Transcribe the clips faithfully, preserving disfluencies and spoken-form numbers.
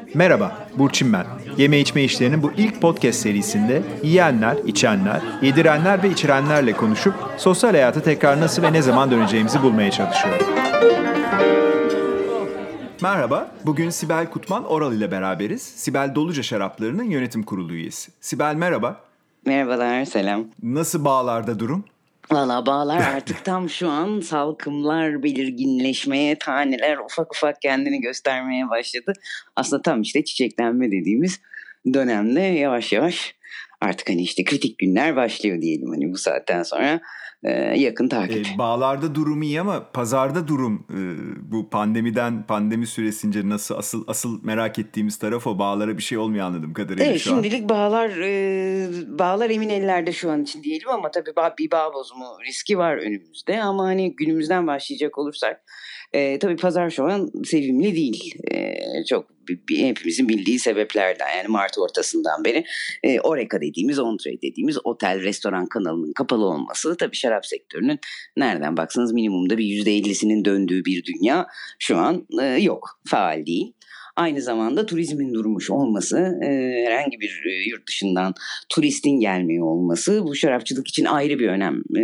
Merhaba, Burçin ben. Yeme içme işlerinin bu ilk podcast serisinde yiyenler, içenler, yedirenler ve içirenlerle konuşup sosyal hayata tekrar nasıl ve ne zaman döneceğimizi bulmaya çalışıyorum. Merhaba, bugün Sibel Kutman Oral ile beraberiz. Sibel Doluca Şarapları'nın yönetim kurulu üyesi. Sibel merhaba. Merhabalar, selam. Nasıl bağlarda durum? Valla bağlar artık tam şu an salkımlar belirginleşmeye, taneler ufak ufak kendini göstermeye başladı. Aslında tam işte çiçeklenme dediğimiz dönemde yavaş yavaş artık hani işte kritik günler başlıyor diyelim hani bu saatten sonra e, yakın takip. E, bağlarda durum iyi ama pazarda durum e, bu pandemiden pandemi süresince nasıl asıl asıl merak ettiğimiz taraf o bağlara bir şey olmuyor anladığım kadarıyla Evet, şu an. şimdilik bağlar e, bağlar emin ellerde şu an için diyelim ama tabii ba- bir bağ bozumu riski var önümüzde ama hani günümüzden başlayacak olursak e, tabii pazar şu an sevimli değil. E, çok bir, bir- hepimizin bildiği sebeplerden yani Mart ortasından beri e, Oreka dediğimiz, on-trade dediğimiz otel, restoran kanalının kapalı olması tabii şarap sektörünün nereden baksanız minimumda bir yüzde ellisinin döndüğü bir dünya şu an e, yok, faal değil. Aynı zamanda turizmin durmuş olması, e, herhangi bir e, yurt dışından turistin gelmiyor olması bu şarapçılık için ayrı bir önem e,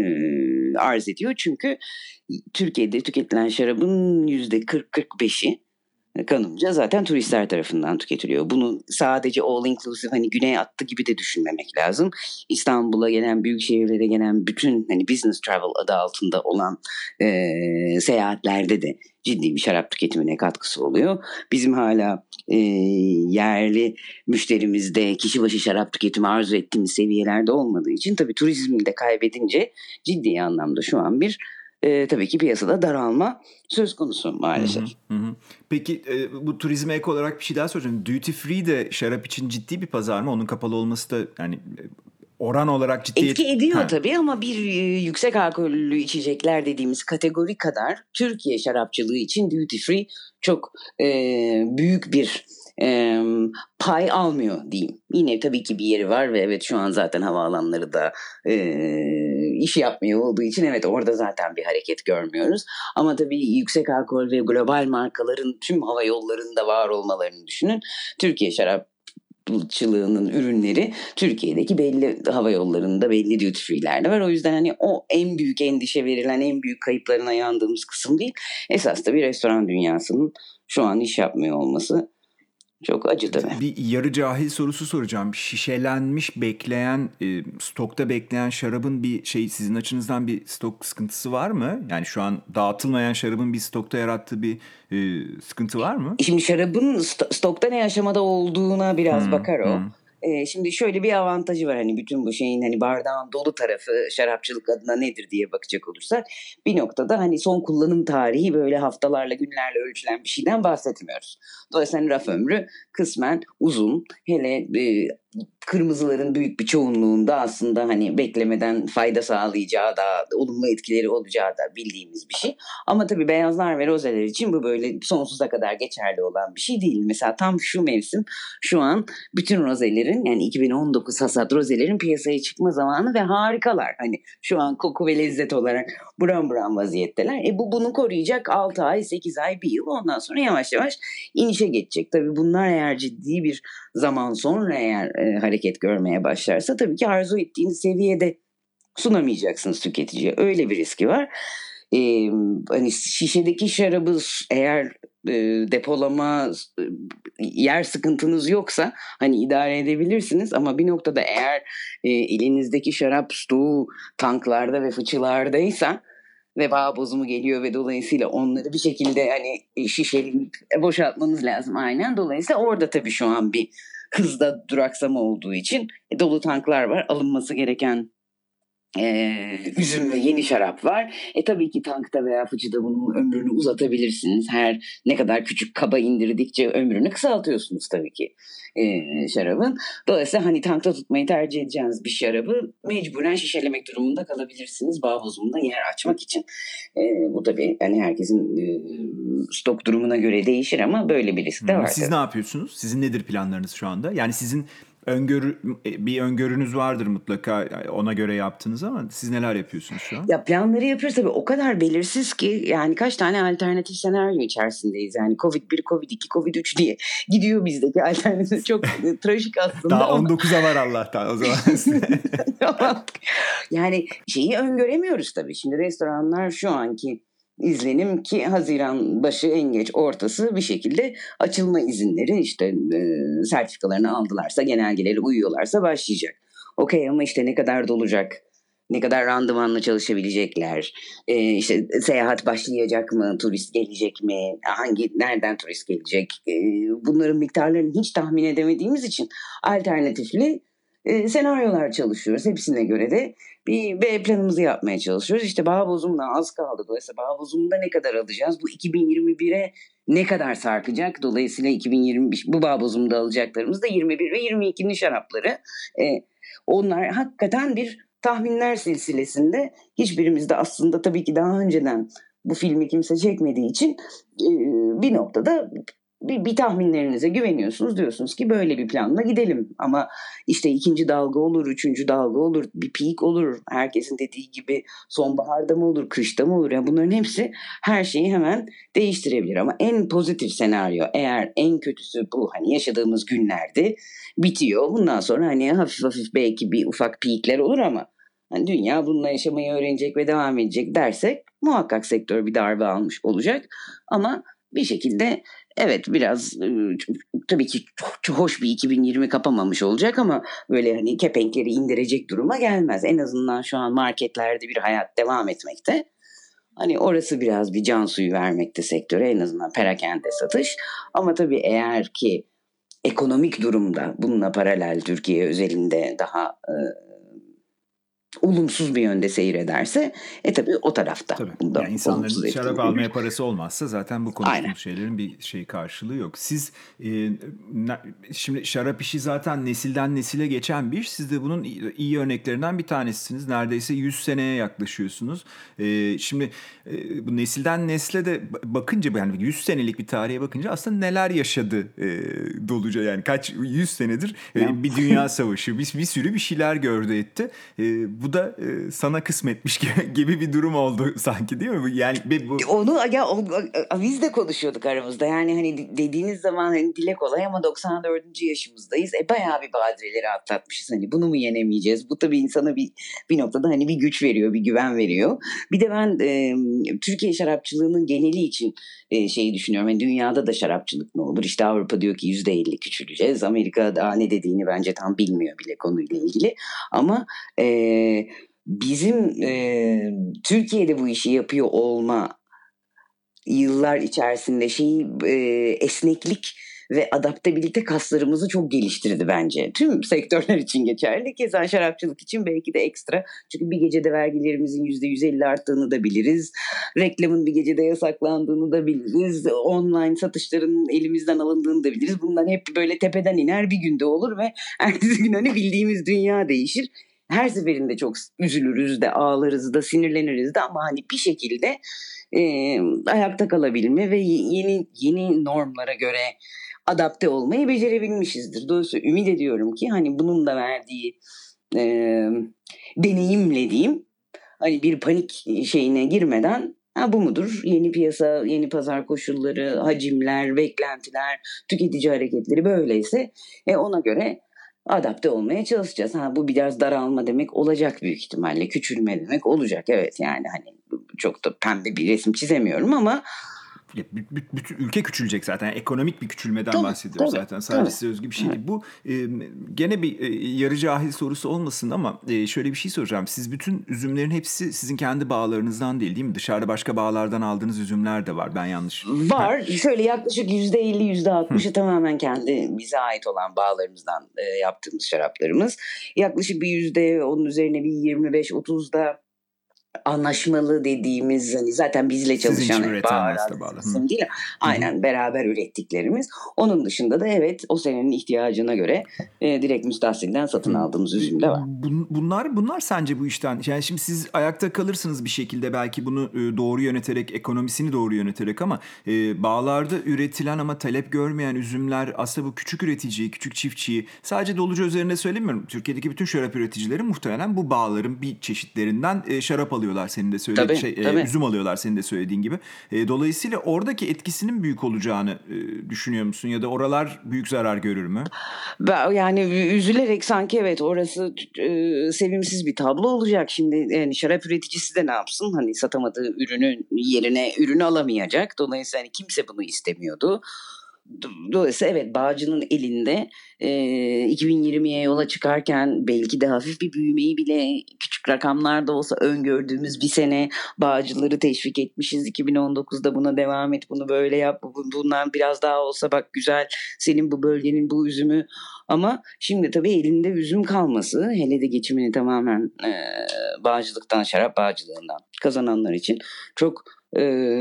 arz ediyor. Çünkü Türkiye'de tüketilen şarabın yüzde kırk kırk beşi kanımca zaten turistler tarafından tüketiliyor. Bunu sadece all inclusive hani güney hattı gibi de düşünmemek lazım. İstanbul'a gelen, büyük şehirlere gelen bütün hani business travel adı altında olan e, seyahatlerde de ciddi bir şarap tüketimine katkısı oluyor. Bizim hala e, yerli müşterimizde kişi başı şarap tüketimi arzu ettiğimiz seviyelerde olmadığı için tabii turizmi de kaybedince ciddi anlamda şu an bir e, tabii ki piyasada daralma söz konusu maalesef. Hı hı, hı. Peki e, bu turizme ek olarak bir şey daha soracağım. Duty free de şarap için ciddi bir pazar mı? Onun kapalı olması da yani e, oran olarak ciddi Etki ediyor ha. tabii ama bir e, yüksek alkollü içecekler dediğimiz kategori kadar Türkiye şarapçılığı için duty free çok e, büyük bir e, pay almıyor diyeyim. Yine tabii ki bir yeri var ve evet şu an zaten havaalanları da e, iş yapmıyor olduğu için evet orada zaten bir hareket görmüyoruz. Ama tabii yüksek alkol ve global markaların tüm hava yollarında var olmalarını düşünün. Türkiye şarap çılığının ürünleri Türkiye'deki belli hava yollarında belli duty free'lerde var. O yüzden hani o en büyük endişe verilen en büyük kayıplarına yandığımız kısım değil. Esas da bir restoran dünyasının şu an iş yapmıyor olması çok acı tabii. Bir yarı cahil sorusu soracağım. Şişelenmiş bekleyen, e, stokta bekleyen şarabın bir şey sizin açınızdan bir stok sıkıntısı var mı? Yani şu an dağıtılmayan şarabın bir stokta yarattığı bir e, sıkıntı var mı? Şimdi şarabın st- stokta ne aşamada olduğuna biraz Hmm, bakar o. hmm. Ee, şimdi şöyle bir avantajı var hani bütün bu şeyin hani bardağın dolu tarafı şarapçılık adına nedir diye bakacak olursak bir noktada hani son kullanım tarihi böyle haftalarla günlerle ölçülen bir şeyden bahsetmiyoruz. Dolayısıyla hani raf ömrü kısmen uzun, hele e, kırmızıların büyük bir çoğunluğunda aslında hani beklemeden fayda sağlayacağı da olumlu etkileri olacağı da bildiğimiz bir şey. Ama tabii beyazlar ve rozeler için bu böyle sonsuza kadar geçerli olan bir şey değil. Mesela tam şu mevsim şu an bütün rozelerin yani iki bin on dokuz hasat rozelerin piyasaya çıkma zamanı ve harikalar. Hani şu an koku ve lezzet olarak buram buram vaziyetteler. E bu bunu koruyacak altı ay, sekiz ay, bir yıl, ondan sonra yavaş yavaş inişe geçecek. Tabii bunlar eğer ciddi bir zaman sonra eğer e, hareket görmeye başlarsa tabii ki arzu ettiğiniz seviyede sunamayacaksınız tüketiciye. Öyle bir riski var. Ee, hani şişedeki şarabı eğer e, depolama e, yer sıkıntınız yoksa hani idare edebilirsiniz ama bir noktada eğer e, elinizdeki şarap stoğu tanklarda ve fıçılardaysa ve bağ bozumu geliyor ve dolayısıyla onları bir şekilde hani şişeleyip boşaltmanız lazım aynen. Dolayısıyla orada tabii şu an bir hızda duraksama olduğu için e, dolu tanklar var. Alınması gereken Ee, üzüm ve yeni şarap var. E tabii ki tankta veya fıçıda bunun ömrünü uzatabilirsiniz. Her ne kadar küçük kaba indirdikçe ömrünü kısaltıyorsunuz tabii ki e, şarabın. Dolayısıyla hani tankta tutmayı tercih edeceğiniz bir şarabı mecburen şişelemek durumunda kalabilirsiniz. Bağ bozumunda yer açmak için. E, bu tabii yani herkesin e, stok durumuna göre değişir ama böyle bir risk de var. Siz tabii. ne yapıyorsunuz? Sizin nedir planlarınız şu anda? Yani sizin öngörü bir öngörünüz vardır mutlaka, ona göre yaptınız ama siz neler yapıyorsunuz şu an? Ya planları yapıyoruz tabii, o kadar belirsiz ki yani kaç tane alternatif senaryo içerisindeyiz. Yani Covid bir, Covid iki, Covid üç diye gidiyor bizdeki alternatif, çok trajik aslında. Daha ama... on dokuza var Allah'tan o zaman. Yani şeyi öngöremiyoruz tabii. Şimdi restoranlar şu anki izlenim ki Haziran başı en geç ortası bir şekilde açılma izinleri, işte e, sertifikalarını aldılarsa, genelgeleri uyuyorlarsa başlayacak. Okey, ama işte ne kadar dolacak, ne kadar randımanla çalışabilecekler, e, işte seyahat başlayacak mı, turist gelecek mi, hangi nereden turist gelecek, e, bunların miktarlarını hiç tahmin edemediğimiz için alternatifli e, senaryolar çalışıyoruz. Hepsine göre de bir B planımızı yapmaya çalışıyoruz. İşte bağ bozumuna az kaldı. Dolayısıyla bağ bozumunda ne kadar alacağız? Bu iki bin yirmi bire ne kadar sarkacak? Dolayısıyla iki bin yirmi bu bağ bozumunda alacaklarımız da yirmi bir ve yirmi ikinin şarapları. Ee, onlar hakikaten bir tahminler silsilesinde. Hiçbirimiz de aslında tabii ki daha önceden bu filmi kimse çekmediği için e, bir noktada Bir, bir tahminlerinize güveniyorsunuz, diyorsunuz ki böyle bir planla gidelim. Ama işte ikinci dalga olur, üçüncü dalga olur, bir peak olur. Herkesin dediği gibi sonbaharda mı olur, kışta mı olur? Yani bunların hepsi her şeyi hemen değiştirebilir. Ama en pozitif senaryo, eğer en kötüsü bu, hani yaşadığımız günlerde bitiyor. Bundan sonra hani hafif hafif belki bir ufak peakler olur ama hani dünya bununla yaşamayı öğrenecek ve devam edecek dersek muhakkak sektör bir darbe almış olacak. Ama bir şekilde evet, biraz tabii ki çok, çok hoş bir iki bin yirmi kapamamış olacak ama böyle hani kepenkleri indirecek duruma gelmez. En azından şu an marketlerde bir hayat devam etmekte. Hani orası biraz bir can suyu vermekte sektöre, en azından perakende satış. Ama tabii eğer ki ekonomik durumda bununla paralel Türkiye özelinde daha e, olumsuz bir yönde seyrederse e tabii o tarafta. Tabii. Yani insanların şarap almaya parası olmazsa zaten bu konuştuğumuz şeylerin bir şey karşılığı yok. Siz e, şimdi şarap işi zaten nesilden nesile geçen bir iş. Siz de bunun iyi örneklerinden bir tanesisiniz. Neredeyse yüz seneye yaklaşıyorsunuz. E, şimdi e, bu nesilden nesle de bakınca, yani yüz senelik bir tarihe bakınca aslında neler yaşadı e, doluca, yani kaç yüz senedir e, bir dünya savaşı, bir, bir sürü bir şeyler gördü etti. E, bu da e, sana kısmetmiş gibi, gibi bir durum oldu sanki, değil mi? Yani bu... Onu ya o, biz de konuşuyorduk aramızda. Yani hani dediğiniz zaman hani dile kolay ama doksan dördüncü yaşımızdayız. E bayağı bir badireleri atlatmışız. Hani bunu mu yenemeyeceğiz? Bu tabii insana bir bir noktada hani bir güç veriyor, bir güven veriyor. Bir de ben e, Türkiye şarapçılığının geneli için e, şeyi düşünüyorum. Yani dünyada da şarapçılık ne olur? İşte Avrupa diyor ki yüzde elli küçüleceğiz. Amerika daha ne dediğini bence tam bilmiyor bile konuyla ilgili. Ama e, bizim e, Türkiye'de bu işi yapıyor olma yıllar içerisinde şeyi e, esneklik ve adaptabilite kaslarımızı çok geliştirdi bence. Tüm sektörler için geçerli. Keza şarapçılık için belki de ekstra. Çünkü bir gecede vergilerimizin yüzde yüz elli arttığını da biliriz. Reklamın bir gecede yasaklandığını da biliriz. Online satışların elimizden alındığını da biliriz. Bunlar hep böyle tepeden iner, bir günde olur ve ertesi gün hani bildiğimiz dünya değişir. Her seferinde çok üzülürüz de, ağlarız da, sinirleniriz de ama hani bir şekilde e, ayakta kalabilme ve yeni yeni normlara göre adapte olmayı becerebilmişizdir. Dolayısıyla ümit ediyorum ki hani bunun da verdiği e, deneyimle diyeyim, hani bir panik şeyine girmeden, ha bu mudur? Yeni piyasa, yeni pazar koşulları, hacimler, beklentiler, tüketici hareketleri böyleyse e, ona göre adapte olmaya çalışacağız. Ha bu biraz daralma demek olacak büyük ihtimalle. Küçülme demek olacak. Evet, yani hani çok da pembe bir resim çizemiyorum ama bütün ülke küçülecek zaten. Yani ekonomik bir küçülmeden tabii, bahsediyoruz tabii, zaten. Sadece tabii. Size özgü bir şey değil. Bu e, gene bir e, yarı cahil sorusu olmasın ama e, şöyle bir şey soracağım. Siz bütün üzümlerin hepsi sizin kendi bağlarınızdan değil, değil mi? Dışarıda başka bağlardan aldığınız üzümler de var. Ben yanlış... Var. Ha. Şöyle yaklaşık yüzde elli yüzde altmışı tamamen kendi bize ait olan bağlarımızdan e, yaptığımız şaraplarımız. Yaklaşık bir yüzde onun üzerine bir yirmi beş otuzda anlaşmalı dediğimiz hani zaten bizle Sizin çalışan için hani bağ üreten arazi aslında bağlı. Hı. kısım değil. Hı hı. Aynen beraber ürettiklerimiz. Onun dışında da evet o senenin ihtiyacına göre e, direkt müstahsilden satın Hı. aldığımız E, üzüm de var. bun- Bunlar bunlar sence bu işten, yani şimdi siz ayakta kalırsınız bir şekilde belki bunu e, doğru yöneterek, ekonomisini doğru yöneterek, ama e, bağlarda üretilen ama talep görmeyen üzümler aslında bu küçük üreticiyi, küçük çiftçiyi, sadece Doluca üzerinde söylemiyorum. Türkiye'deki bütün şarap üreticileri muhtemelen bu bağların bir çeşitlerinden e, şarap alıyorlar, senin de söylediğin Tabii şey, e, tabii. üzüm alıyorlar senin de söylediğin gibi. E, dolayısıyla oradaki etkisinin büyük olacağını e, düşünüyor musun, ya da oralar büyük zarar görür mü? Ben yani üzülerek sanki evet orası e, sevimsiz bir tablo olacak. Şimdi yani şarap üreticisi de ne yapsın? Hani satamadığı ürünün yerine ürünü alamayacak. Dolayısıyla hani kimse bunu istemiyordu. Dolayısıyla evet Bağcı'nın elinde e, iki bin yirmiye yola çıkarken belki de hafif bir büyümeyi bile küçük rakamlarda olsa öngördüğümüz bir sene Bağcıları teşvik etmişiz. iki bin on dokuzda buna devam et, bunu böyle yap, bundan biraz daha olsa bak güzel senin bu bölgenin bu üzümü. Ama şimdi tabii elinde üzüm kalması hele de geçimini tamamen e, bağcılıktan, şarap bağcılığından kazananlar için çok e,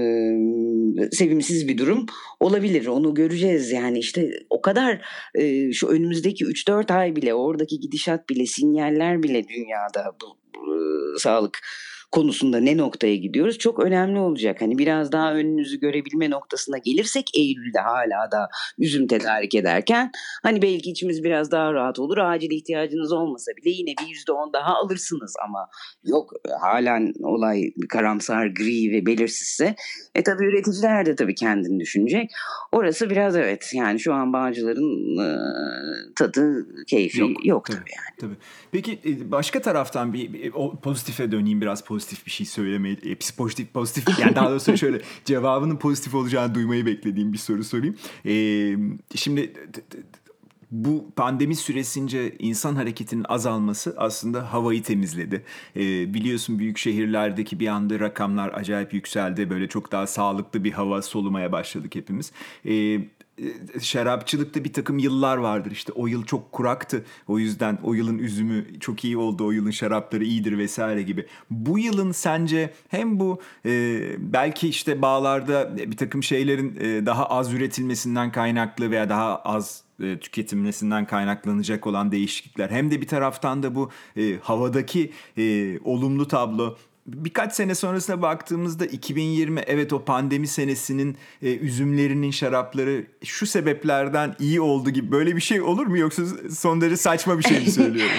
sevimsiz bir durum olabilir. Onu göreceğiz yani işte o kadar e, şu önümüzdeki üç dört ay bile oradaki gidişat bile sinyaller bile dünyada bu e, sağlık konusunda ne noktaya gidiyoruz çok önemli olacak. Hani biraz daha önünüzü görebilme noktasına gelirsek Eylül'de hala da üzüm tedarik ederken hani belki içimiz biraz daha rahat olur. Acil ihtiyacınız olmasa bile yine bir yüzde on daha alırsınız ama yok halen olay karamsar, gri ve belirsizse e tabii üreticiler de tabii kendini düşünecek. Orası biraz evet yani şu an bağcıların e, tadı, keyfi yok, yok tabii, tabii yani. Tabii. Peki başka taraftan bir, bir o pozitife döneyim, biraz pozitif bir şey söylemeyi, pozitif pozitif yani daha doğrusu şöyle cevabının pozitif olacağını duymayı beklediğim bir soru sorayım. Ee, şimdi bu pandemi süresince insan hareketinin azalması aslında havayı temizledi. Ee, biliyorsun büyük şehirlerdeki bir anda rakamlar acayip yükseldi. Böyle çok daha sağlıklı bir hava solumaya başladık hepimiz. Ee, şarapçılıkta bir takım yıllar vardır, işte o yıl çok kuraktı, o yüzden o yılın üzümü çok iyi oldu, o yılın şarapları iyidir vesaire gibi. Bu yılın sence hem bu e, belki işte bağlarda bir takım şeylerin e, daha az üretilmesinden kaynaklı veya daha az e, tüketilmesinden kaynaklanacak olan değişiklikler, hem de bir taraftan da bu e, havadaki e, olumlu tablo, birkaç sene sonrasına baktığımızda iki bin yirmi, evet o pandemi senesinin e, üzümlerinin şarapları şu sebeplerden iyi oldu gibi, böyle bir şey olur mu, yoksa son derece saçma bir şey mi söylüyorum?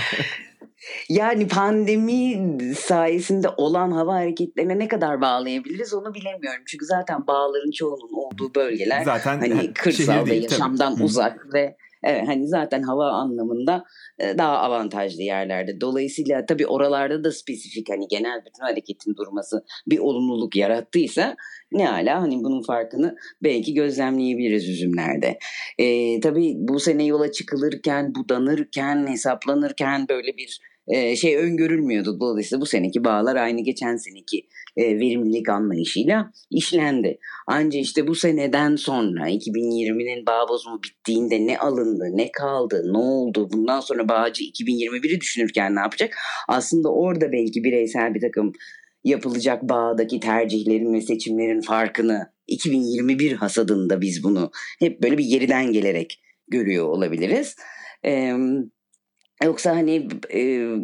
Yani pandemi sayesinde olan hava hareketlerine ne kadar bağlayabiliriz onu bilemiyorum. Çünkü zaten bağların çoğunun olduğu bölgeler Zaten hani şehir kırsal ve değil tabii. yaşamdan Hı-hı. uzak ve evet, hani zaten hava anlamında e, daha avantajlı yerlerde. Dolayısıyla tabii oralarda da spesifik hani genel bütün hareketin durması bir olumluluk yarattıysa ne ala hani bunun farkını belki gözlemleyebiliriz üzümlerde. E, tabii bu sene yola çıkılırken, budanırken, hesaplanırken böyle bir e, şey öngörülmüyordu. Dolayısıyla bu seneki bağlar aynı geçen seneki e, verimlilik anlayışıyla işlendi. Ancak işte bu seneden sonra iki bin yirminin bağ bozumu bittiğinde ne alındı, ne kaldı, ne oldu? Bundan sonra bağcı iki bin yirmi biri düşünürken ne yapacak? Aslında orada belki bireysel bir takım yapılacak bağdaki tercihlerin ve seçimlerin farkını iki bin yirmi bir hasadında biz bunu hep böyle bir geriden gelerek görüyor olabiliriz. Eee Yoksa hani e,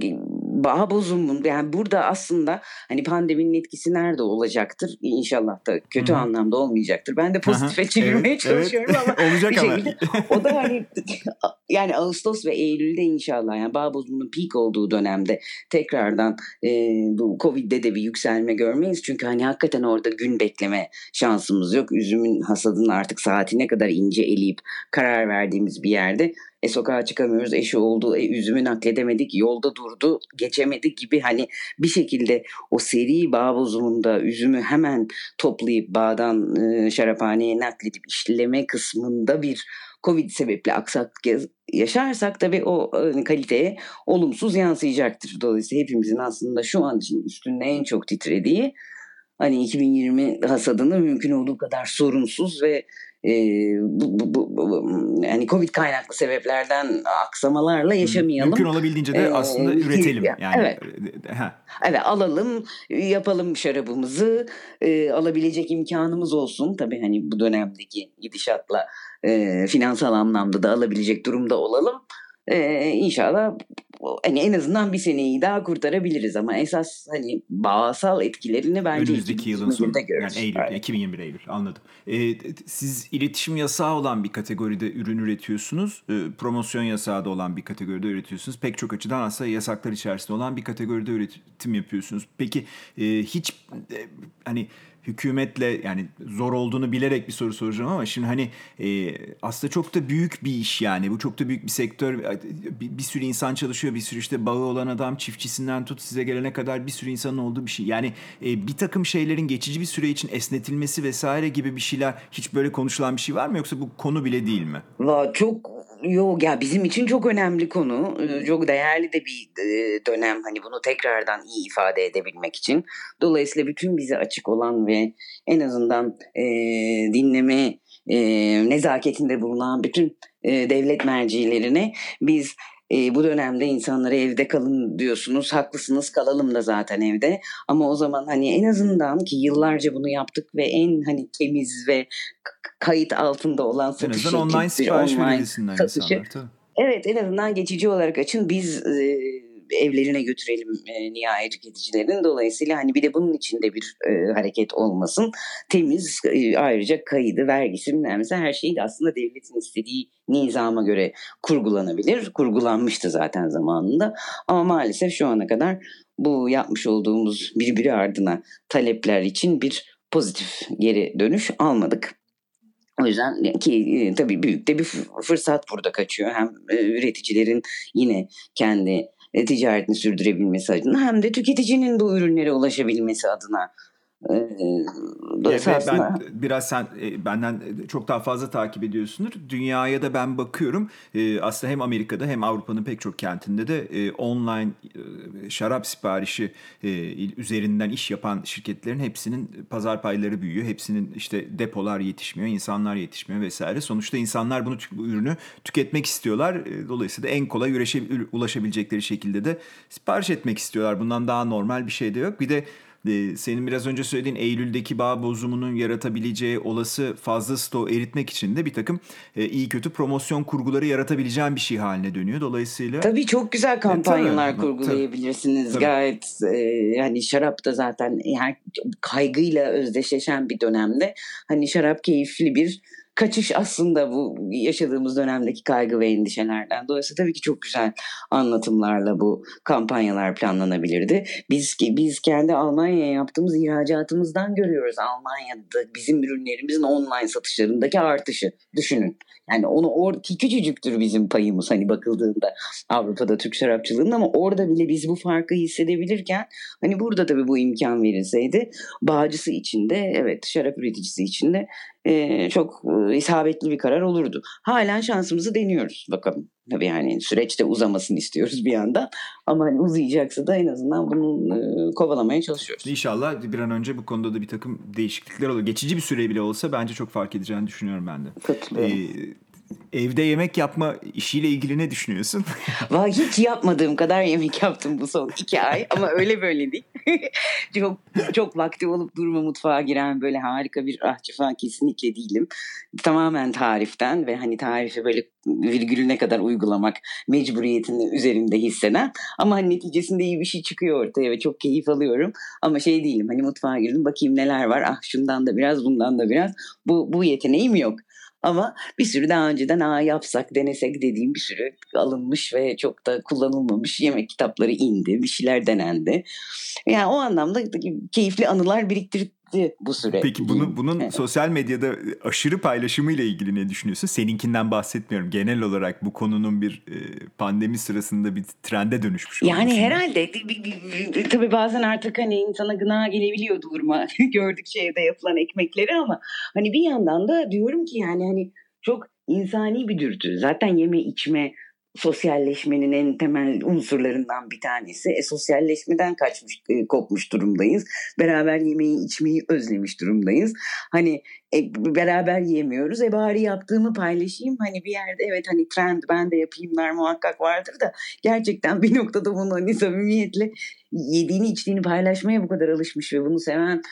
bağ bozumun yani burada aslında hani pandeminin etkisi nerede olacaktır? İnşallah da kötü Hı-hı. anlamda olmayacaktır. Ben de Hı-hı. pozitife çevirmeye Evet, çalışıyorum evet. ama Olacak bir ama. şekilde o da hani yani Ağustos ve Eylül'de inşallah yani bağ bozumunun peak olduğu dönemde tekrardan e, bu Covid'de de bir yükselme görmeyiz. Çünkü hani hakikaten orada gün bekleme şansımız yok. Üzümün hasadının artık saatine kadar ince eleyip karar verdiğimiz bir yerde e sokağa çıkamıyoruz, eşi oldu, e, üzümü nakledemedik, yolda durdu, geçemedi gibi hani bir şekilde o seri bağ bozumunda üzümü hemen toplayıp bağdan e, şaraphaneye nakledip işleme kısmında bir Covid sebeple aksaklık yaşarsak tabii o e, kaliteye olumsuz yansıyacaktır. Dolayısıyla hepimizin aslında şu an için üstünde en çok titrediği hani iki bin yirmi hasadını mümkün olduğu kadar sorunsuz ve e, bu, bu, bu, bu, yani Covid kaynaklı sebeplerden aksamalarla yaşamayalım. Mümkün olabildiğince de aslında Ee, üretelim. Yani evet. Ha. Evet, alalım, yapalım şarabımızı, e, alabilecek imkanımız olsun. Tabii hani bu dönemdeki gidişatla e, finansal anlamda da alabilecek durumda olalım. E, İnşallah hani en azından bir seneyi daha kurtarabiliriz ama esas hani bağısal etkilerini bence önümüzdeki yılın sonu, iki bin yirmi birde görürüz. yani Eylül, Evet. iki bin yirmi bir Eylül, anladım. Ee, siz iletişim yasağı olan bir kategoride ürün üretiyorsunuz. Ee, promosyon yasağı da olan bir kategoride üretiyorsunuz. Pek çok açıdan aslında yasaklar içerisinde olan bir kategoride üretim yapıyorsunuz. Peki e, hiç e, hani hükümetle, yani zor olduğunu bilerek bir soru soracağım ama şimdi hani e, aslında çok da büyük bir iş yani. Bu çok da büyük bir sektör. Bir, bir sürü insan çalışıyor. Bir sürü işte bağı olan adam, çiftçisinden tut size gelene kadar bir sürü insanın olduğu bir şey. Yani e, bir takım şeylerin geçici bir süre için esnetilmesi vesaire gibi bir şeyler, hiç böyle konuşulan bir şey var mı, yoksa bu konu bile değil mi? Va çok yok ya, bizim için çok önemli konu. Ee, Çok değerli de bir e, dönem hani bunu tekrardan iyi ifade edebilmek için. Dolayısıyla bütün bize açık olan ve en azından e, dinleme e, nezaketinde bulunan bütün e, devlet mercilerine biz e, bu dönemde insanlara evde kalın diyorsunuz. Haklısınız, kalalım da zaten evde. Ama o zaman hani en azından, ki yıllarca bunu yaptık ve en hani temiz ve k- kayıt altında olan En satış azından online şeklidir sipariş online verebilsinler satışı. insanlar tabii. Evet, en azından geçici olarak açın, biz e, evlerine götürelim e, nihai tüketicilerin. Dolayısıyla hani bir de bunun içinde bir e, hareket olmasın. Temiz, e, ayrıca kaydı, vergisi, bilmemse her şeyi de aslında devletin istediği nizama göre kurgulanabilir. Kurgulanmıştı zaten zamanında. Ama maalesef şu ana kadar bu yapmış olduğumuz birbiri ardına talepler için bir pozitif geri dönüş almadık. O yüzden ki e, tabii büyük de bir fırsat burada kaçıyor. Hem e, üreticilerin yine kendi e, ticaretini sürdürebilmesi adına, hem de tüketicinin bu ürünlere ulaşabilmesi adına. E, Ya Dolayısıyla ve ben aslında biraz, sen e, benden çok daha fazla takip ediyorsundur. Dünyaya da ben bakıyorum. E, aslında hem Amerika'da hem Avrupa'nın pek çok kentinde de e, online e, şarap siparişi e, üzerinden iş yapan şirketlerin hepsinin pazar payları büyüyor. Hepsinin işte depolar yetişmiyor, insanlar yetişmiyor vesaire. Sonuçta insanlar bunu, bu ürünü tüketmek istiyorlar. E, dolayısıyla en kolay üreşe- ulaşabilecekleri şekilde de sipariş etmek istiyorlar. Bundan daha normal bir şey de yok. Bir de Ee, senin biraz önce söylediğin Eylül'deki bağ bozumunun yaratabileceği olası fazla stoğu eritmek için de bir takım e, iyi kötü promosyon kurguları yaratabileceğin bir şey haline dönüyor. Dolayısıyla tabii çok güzel e, tabii, kampanyalar no, tabii, kurgulayabilirsiniz. tabii. Gayet e, hani şarap da zaten her kaygıyla özdeşleşen bir dönemde hani şarap keyifli bir kaçış aslında bu yaşadığımız dönemdeki kaygı ve endişelerden. Dolayısıyla tabii ki çok güzel anlatımlarla bu kampanyalar planlanabilirdi. Biz biz kendi Almanya'ya yaptığımız ihracatımızdan görüyoruz. Almanya'da bizim ürünlerimizin online satışlarındaki artışı. Düşünün. Yani onu or ki küçücüktür bizim payımız hani bakıldığında Avrupa'da Türk şarapçılığının, ama orada bile biz bu farkı hissedebilirken hani burada tabii bu imkan verilseydi bağcısı için de, evet, şarap üreticisi için de e, çok e, isabetli bir karar olurdu. Halen şansımızı deniyoruz bakalım. Tabii yani süreçte uzamasını istiyoruz bir yandan, ama hani uzayacaksa da en azından bunu e, kovalamaya çalışıyoruz. İnşallah bir an önce bu konuda da bir takım değişiklikler olur. Geçici bir süre bile olsa bence çok fark edeceğini düşünüyorum ben de. Katılıyorum. Ee, evde yemek yapma işiyle ilgili ne düşünüyorsun? Vay, hiç yapmadığım kadar yemek yaptım bu son iki ay, ama öyle böyle değil. çok çok vakti olup durma mutfağa giren böyle harika bir ahçı falan kesinlikle değilim. Tamamen tariften ve hani tarifi böyle virgülüne kadar uygulamak mecburiyetini üzerinde hisseden, ama hani neticesinde iyi bir şey çıkıyor ortaya ve çok keyif alıyorum. Ama şey değilim, hani mutfağa girdim bakayım neler var, ah şundan da biraz bundan da biraz, bu, bu yeteneğim yok. Ama bir sürü daha önceden aa yapsak denesek dediğim bir sürü alınmış ve çok da kullanılmamış yemek kitapları indi. Bir şeyler denendi. Yani o anlamda keyifli anılar biriktirdi bu süre. Peki bunu, bunun sosyal medyada aşırı paylaşımıyla ilgili ne düşünüyorsun? Seninkinden bahsetmiyorum. Genel olarak bu konunun bir pandemi sırasında bir trende dönüşmüş olması. Yani herhalde tabii bazen artık hani insana gına gelebiliyor durma gördükçe evde yapılan ekmekleri, ama hani bir yandan da diyorum ki yani hani çok insani bir dürtü. Zaten yeme içme sosyalleşmenin en temel unsurlarından bir tanesi. E, sosyalleşmeden kaçmış, e, kopmuş durumdayız. Beraber yemeği, içmeyi özlemiş durumdayız. Hani e, beraber yemiyoruz. E bari yaptığımı paylaşayım. Hani bir yerde evet hani trend ben de yapayımlar muhakkak vardır da gerçekten bir noktada bunu hani samimiyetle yediğini içtiğini paylaşmaya bu kadar alışmış ve bunu seven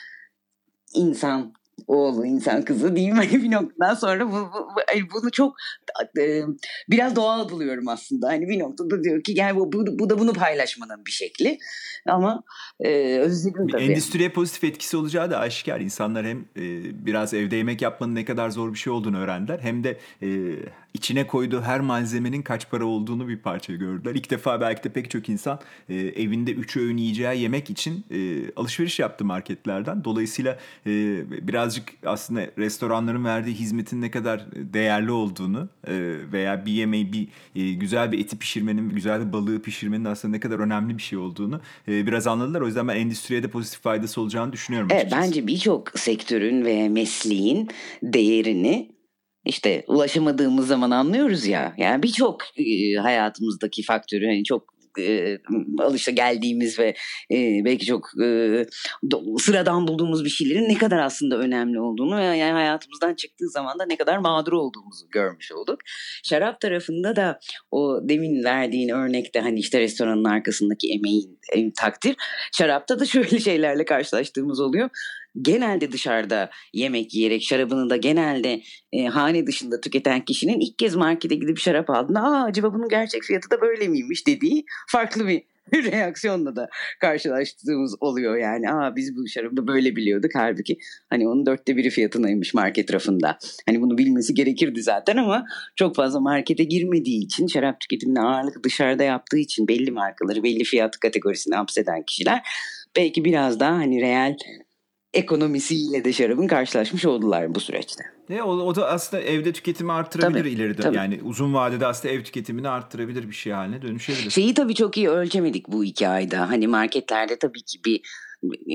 insan oğlu, insan kızı diyeyim hani bir noktadan sonra bu, bu, bu- bunu çok e, biraz doğal buluyorum aslında. Hani bir noktada diyor ki gel bu, bu, bu da bunu paylaşmanın bir şekli. Ama e, özledim Bir tabii. endüstriye pozitif etkisi olacağı da aşikar. İnsanlar hem e, biraz evde yemek yapmanın ne kadar zor bir şey olduğunu öğrendiler. Hem de e, içine koyduğu her malzemenin kaç para olduğunu bir parça gördüler. İlk defa belki de pek çok insan e, evinde üç öğün yiyeceği yemek için e, alışveriş yaptı marketlerden. Dolayısıyla e, birazcık aslında restoranların verdiği hizmetin ne kadar değerli olduğunu e, veya bir yemeği bir e, güzel bir eti pişirmenin, güzel bir balığı pişirmenin aslında ne kadar önemli bir şey olduğunu e, biraz anladılar. O yüzden ben endüstriye de pozitif faydası olacağını düşünüyorum Evet, açıkçası. bence birçok sektörün ve mesleğin değerini işte ulaşamadığımız zaman anlıyoruz ya. Yani birçok e, hayatımızdaki faktörü hani çok e, alışa geldiğimiz ve e, belki çok e, do- sıradan bulduğumuz bir şeylerin ne kadar aslında önemli olduğunu ve yani hayatımızdan çıktığı zaman da ne kadar mağdur olduğumuzu görmüş olduk. Şarap tarafında da o demin verdiğin örnekte hani işte restoranın arkasındaki emeğin em, takdir. Şarapta da şöyle şeylerle karşılaştığımız oluyor. Genelde dışarıda yemek yiyerek şarabını da genelde e, hane dışında tüketen kişinin ilk kez markete gidip şarap aldığında aa acaba bunun gerçek fiyatı da böyle miymiş dediği farklı bir reaksiyonla da karşılaştığımız oluyor yani. Aa biz bu şarabı böyle biliyorduk halbuki hani onun dörtte biri fiyatınaymış market rafında. Hani bunu bilmesi gerekirdi zaten ama çok fazla markete girmediği için şarap tüketimine ağırlık dışarıda yaptığı için belli markaları belli fiyat kategorisine hapseden kişiler belki biraz daha hani reel ekonomisiyle de şarabın karşılaşmış oldular bu süreçte. E, o, o da aslında evde tüketimi arttırabilir Tabii, ileride. tabii. Yani uzun vadede aslında ev tüketimini arttırabilir bir şey haline dönüşebilir. Şeyi tabii çok iyi ölçemedik bu iki ayda. Hani marketlerde tabii ki bir e,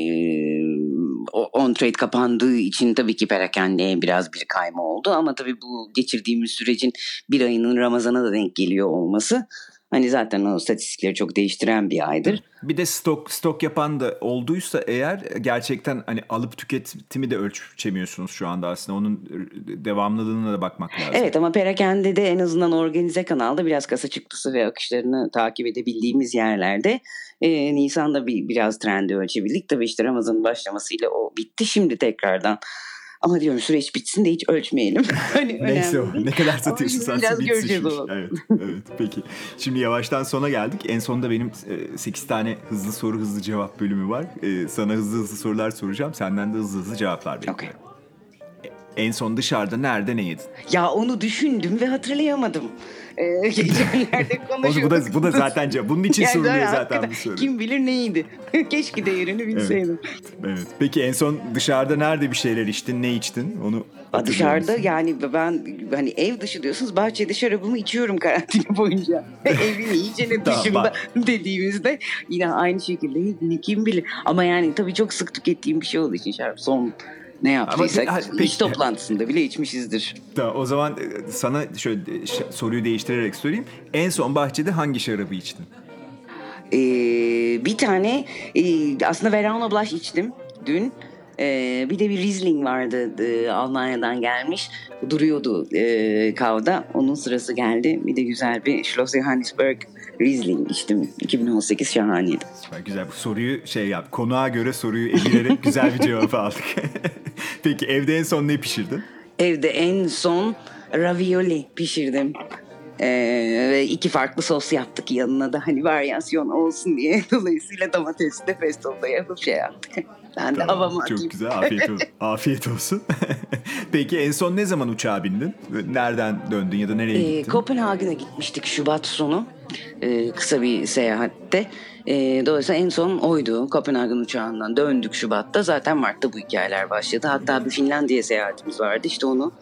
on trade kapandığı için tabii ki perakendeye biraz bir kayma oldu. Ama tabii bu geçirdiğimiz sürecin bir ayının Ramazan'a da denk geliyor olması hani zaten o statistikleri çok değiştiren bir aydır. Bir de stok stok yapan da olduysa eğer gerçekten hani alıp tüketimi de ölçemiyorsunuz şu anda aslında. Onun devamlılığına da bakmak lazım. Evet ama perakende de en azından organize kanalda biraz kasa çıktısı ve akışlarını takip edebildiğimiz yerlerde e, Nisan'da bir, biraz trendi ölçebildik. Tabii işte Ramazan'ın başlamasıyla o bitti. Şimdi tekrardan ama diyorum süreç bitsin de hiç ölçmeyelim. Hani Neyse önemli o. değil. Ne kadar Ama satıyorsun şimdi sen biraz bitsin göreceğiz şu iş. onu. Evet, evet. Peki. Şimdi yavaştan sona geldik. En sonunda benim sekiz tane hızlı soru hızlı cevap bölümü var. E, sana hızlı hızlı sorular soracağım. Senden de hızlı hızlı cevaplar bekliyorum. Okay. En son dışarıda nerede ne yedin? Ya onu düşündüm ve hatırlayamadım. Ee, geçenlerde konuşuyorduk. bu da bu da zaten cevap. Bunun için Yani soruluyor zaten zaten hakikaten bu soru. kim bilir neydi. Keşke değerini bilseydim. Evet. Evet. Peki en son dışarıda nerede bir şeyler içtin? Ne içtin? Onu Aa, hatırlıyor dışarıda musun? yani ben hani ev dışı diyorsunuz bahçede şarabımı içiyorum karantina boyunca. Evin iyicene Tamam, dışında bak. dediğimizde yine aynı şekilde ne kim bilir. Ama yani tabii çok sık tükettiğim bir şey olduğu için şarap son ne yaptıysak Ama, iş peki. toplantısında bile içmişizdir. Tamam, o zaman e, sana şöyle ş- soruyu değiştirerek sorayım. En son bahçede hangi şarabı içtin? Ee, bir tane e, aslında Verona Blanc içtim dün. Ee, bir de bir Riesling vardı e, Almanya'dan gelmiş. Duruyordu e, kavda. Onun sırası geldi. Bir de güzel bir Schloss Johannisberg Riesling içtim. iki bin on sekiz şahaneydi. Süper, güzel. Bu soruyu şey yap. Konuğa göre soruyu evirerek güzel bir cevap aldık. Peki evde en son ne pişirdin? Evde en son ravioli pişirdim. Ee, ve iki farklı sos yaptık yanına da hani varyasyon olsun diye. Dolayısıyla domatesli de pesto'da yapıp şey yaptık. Ben de havamı atayım. Çok güzel. Afiyet olsun. Afiyet olsun. Peki en son ne zaman uçağa bindin? Nereden döndün ya da nereye Ee, gittin? Kopenhag'a gitmiştik Şubat sonu. Ee, kısa bir seyahatte. Ee, dolayısıyla en son oydu. Kopenhag'ın uçağından döndük Şubat'ta. Zaten Mart'ta bu hikayeler başladı. Hatta bir Finlandiya seyahatimiz vardı. İşte onu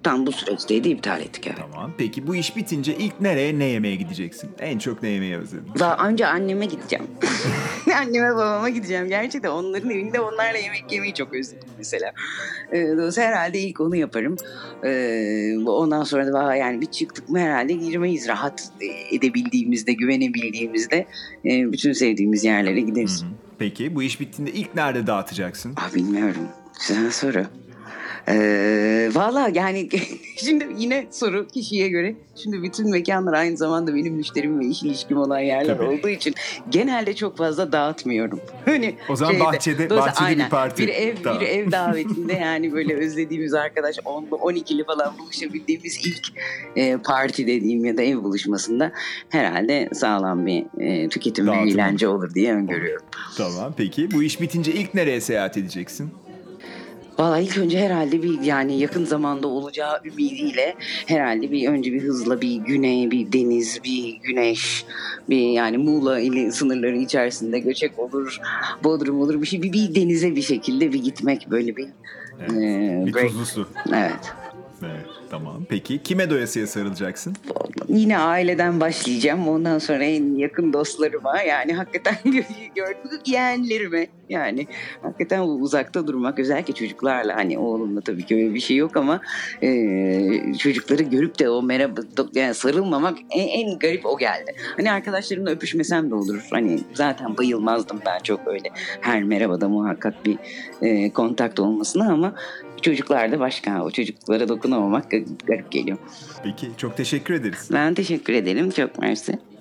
Tam bu süreçteydi, iptal ettik evet. Tamam. Peki bu iş bitince ilk nereye, ne yemeye gideceksin? En çok ne yemeyi özledin? Daha önce anneme gideceğim. Anneme babama gideceğim. Gerçekten onların evinde onlarla yemek yemeyi çok özledim mesela. Ee, dolayısıyla herhalde ilk onu yaparım. Ee, ondan sonra da yani bir çıktık mı herhalde girmeyiz. Rahat edebildiğimizde, güvenebildiğimizde e, bütün sevdiğimiz yerlere gideriz. Hı hı. Peki bu iş bittiğinde ilk nerede dağıtacaksın? Aa, bilmiyorum. Güzel soru. Ee, Valla yani şimdi yine soru kişiye göre. Şimdi bütün mekanlar aynı zamanda benim müşterim ve iş ilişkim olan yerler Tabii. olduğu için genelde çok fazla dağıtmıyorum. Hani O zaman şeyde, bahçede dolayısıyla bahçede aynen, bir parti. Bir ev Tamam. bir ev davetinde yani böyle özlediğimiz arkadaş onlu on ikili falan buluşabildiğimiz ilk e, parti dediğim ya da ev buluşmasında herhalde sağlam bir e, tüketim ve Dağıtım eğlence olur diye öngörüyorum. Tamam. Peki bu iş bitince ilk nereye seyahat edeceksin? Valla ilk önce herhalde bir yani yakın zamanda olacağı ümidiyle herhalde bir önce bir hızla bir güney, bir deniz, bir güneş, bir yani Muğla ili sınırları içerisinde göçek olur, Bodrum olur bir şey, bir, bir denize bir şekilde bir gitmek böyle bir Evet. e, Bir break. tuzlu su. Evet. Evet. Tamam. Peki kime doyasıya sarılacaksın? Yine aileden başlayacağım. Ondan sonra en yakın dostlarıma yani hakikaten gördük yeğenlerime yani hakikaten uzakta durmak özellikle çocuklarla hani oğlumla tabii ki öyle bir şey yok ama e, çocukları görüp de o merhaba yani sarılmamak en, en garip o geldi. Hani arkadaşlarımla öpüşmesem de olur. Hani zaten bayılmazdım ben çok öyle her merhabada muhakkak bir e, kontakt olmasına ama çocuklar da başka. O çocuklara dokunamamak garip geliyor. Peki çok teşekkür ederiz. Ben teşekkür ederim. Çok mersi.